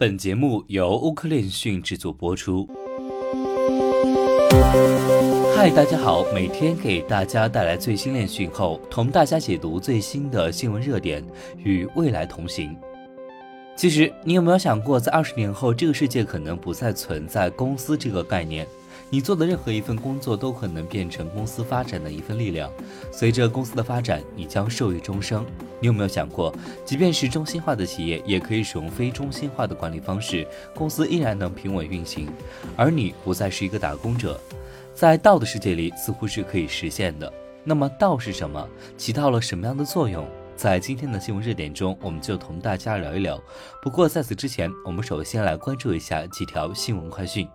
本节目由欧科链讯制作播出。嗨，大家好，每天给大家带来最新链讯后，同大家解读最新的新闻热点，与未来同行。其实，你有没有想过，在20年后，这个世界可能不再存在公司这个概念？你做的任何一份工作都可能变成公司发展的一份力量。随着公司的发展，你将受益终生。你有没有想过，即便是中心化的企业，也可以使用非中心化的管理方式，公司依然能平稳运行，而你不再是一个打工者。在道的世界里，似乎是可以实现的。那么道是什么？起到了什么样的作用？在今天的新闻热点中，我们就同大家聊一聊。不过在此之前，我们首先来关注一下几条新闻快讯。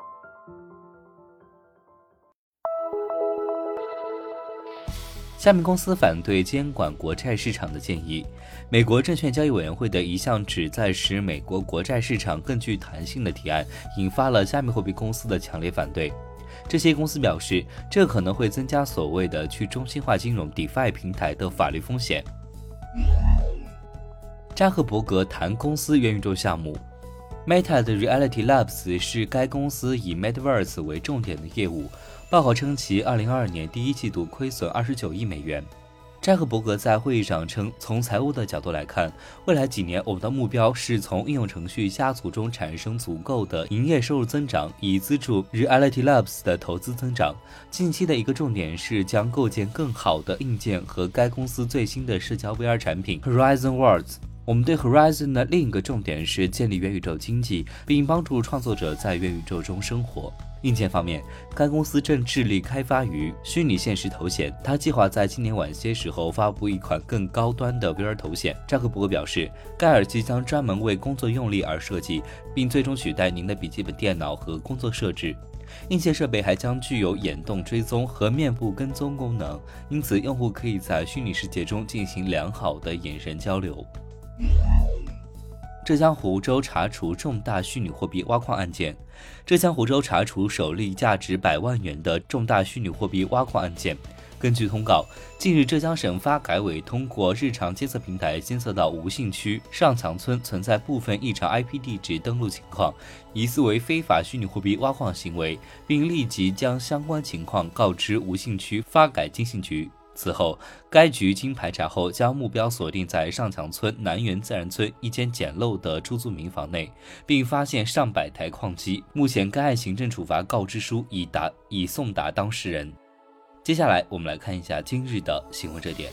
虾米公司反对监管国债市场的建议。美国证券交易委员会的一项旨在使美国国债市场更具弹性的提案，引发了加密货币公司的强烈反对。这些公司表示，这可能会增加所谓的去中心化金融 DeFi 平台的法律风险。扎克伯格谈公司元宇宙项目。Meta 的 Reality Labs 是该公司以 Metaverse 为重点的业务。报告称其2022年第一季度亏损29亿美元。扎克伯格在会议上称，从财务的角度来看，未来几年我们的目标是从应用程序家族中产生足够的营业收入增长，以资助 Reality Labs 的投资增长。近期的一个重点是将构建更好的硬件和该公司最新的社交 VR 产品 Horizon Worlds。我们对 Horizon 的另一个重点是建立元宇宙经济，并帮助创作者在元宇宙中生活。硬件方面，该公司正致力开发于虚拟现实头显，它计划在今年晚些时候发布一款更高端的 VR 头显。扎克伯格表示，该耳机将专门为工作用力而设计，并最终取代您的笔记本电脑和工作设置。硬件设备还将具有眼动追踪和面部跟踪功能，因此用户可以在虚拟世界中进行良好的眼神交流。浙江湖州查处重大虚拟货币挖矿案件。浙江湖州查处首例价值100万元的重大虚拟货币挖矿案件。根据通告，近日浙江省发改委通过日常监测平台监测到吴姓区上墙村存在部分异常 IP 地址登录情况，疑似为非法虚拟货币挖矿行为，并立即将相关情况告知吴姓区发改经信局。此后，该局经排查后，将目标锁定在上墙村南园自然村一间简陋的出租民房内，并发现上百台矿机。目前，该案行政处罚告知书已送达当事人。接下来，我们来看一下今日的新闻热点。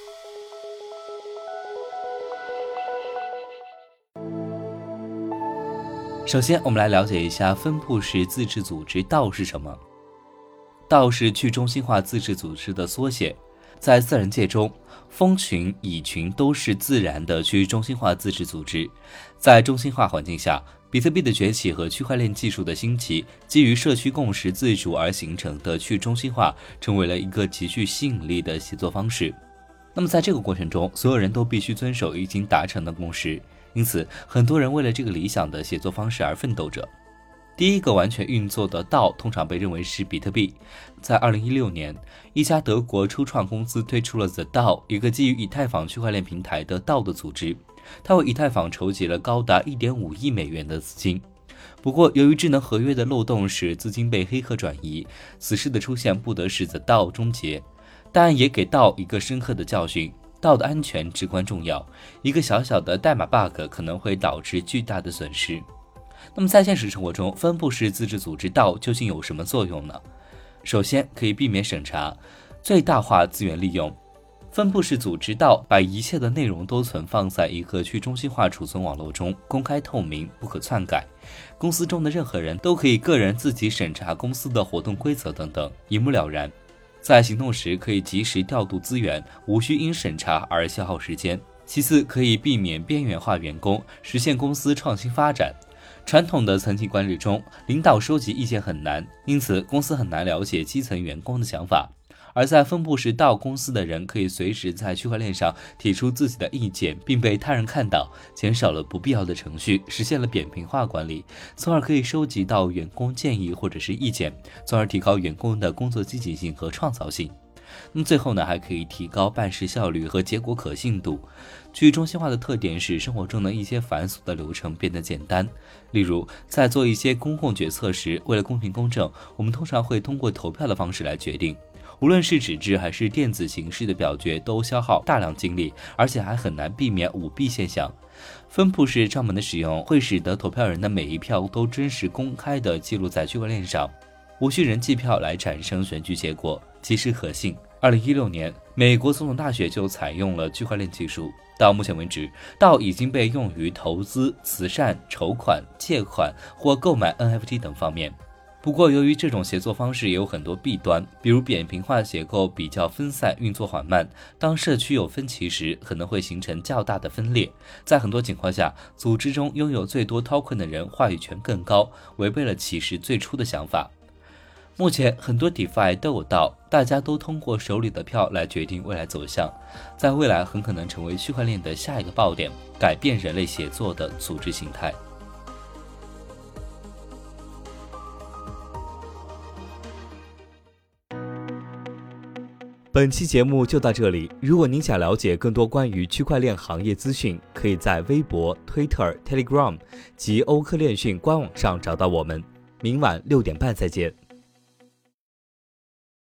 首先，我们来了解一下分布式自治组织道是什么。道是去中心化自治组织的缩写。在自然界中，蜂群、蚁群都是自然的去中心化自治组织。在中心化环境下，比特币的崛起和区块链技术的兴起，基于社区共识自主而形成的去中心化，成为了一个极具吸引力的协作方式。那么在这个过程中，所有人都必须遵守已经达成的共识，因此很多人为了这个理想的协作方式而奋斗着。第一个完全运作的道通常被认为是比特币。在2016年，一家德国初创公司推出了 The DAO， 一个基于以太坊区块链平台的道的组织。它为以太坊筹集了高达 1.5 亿美元的资金。不过，由于智能合约的漏洞使资金被黑客转移，此事的出现不得使 The DAO 终结，但也给道一个深刻的教训。道的安全至关重要，一个小小的代码 bug 可能会导致巨大的损失。那么在现实生活中，分布式自治组织道究竟有什么作用呢？首先，可以避免审查，最大化资源利用。分布式组织道把一切的内容都存放在一个去中心化储存网络中，公开透明，不可篡改。公司中的任何人都可以个人自己审查公司的活动规则等等，一目了然。在行动时可以及时调度资源，无需因审查而消耗时间。其次，可以避免边缘化员工，实现公司创新发展。传统的层级管理中，领导收集意见很难，因此公司很难了解基层员工的想法。而在分布式道公司的人可以随时在区块链上提出自己的意见，并被他人看到，减少了不必要的程序，实现了扁平化管理，从而可以收集到员工建议或者是意见，从而提高员工的工作积极性和创造性。 那么最后呢，还可以提高办事效率和结果可信度。去中心化的特点是生活中的一些繁琐的流程变得简单。例如，在做一些公共决策时，为了公平公正，我们通常会通过投票的方式来决定。无论是纸质还是电子形式的表决，都消耗大量精力，而且还很难避免舞弊现象。分布式账本的使用会使得投票人的每一票都真实公开地记录在区块链上，无需人计票来产生选举结果，及时可信。2016年，美国总统大学就采用了区块链技术。到目前为止，道已经被用于投资、慈善、筹款、借款或购买 NFT 等方面。不过，由于这种协作方式也有很多弊端，比如扁平化结构比较分散，运作缓慢。当社区有分歧时，可能会形成较大的分裂。在很多情况下，组织中拥有最多token的人话语权更高，违背了其实最初的想法。目前很多 DeFi 都有道，大家都通过手里的票来决定未来走向，在未来很可能成为区块链的下一个爆点，改变人类协作的组织形态。 本期节目就到这里。如果您想了解更多关于区块链行业资讯，可以在微博、Twitter、Telegram 及欧科链讯官网上找到我们。明晚6点半再见。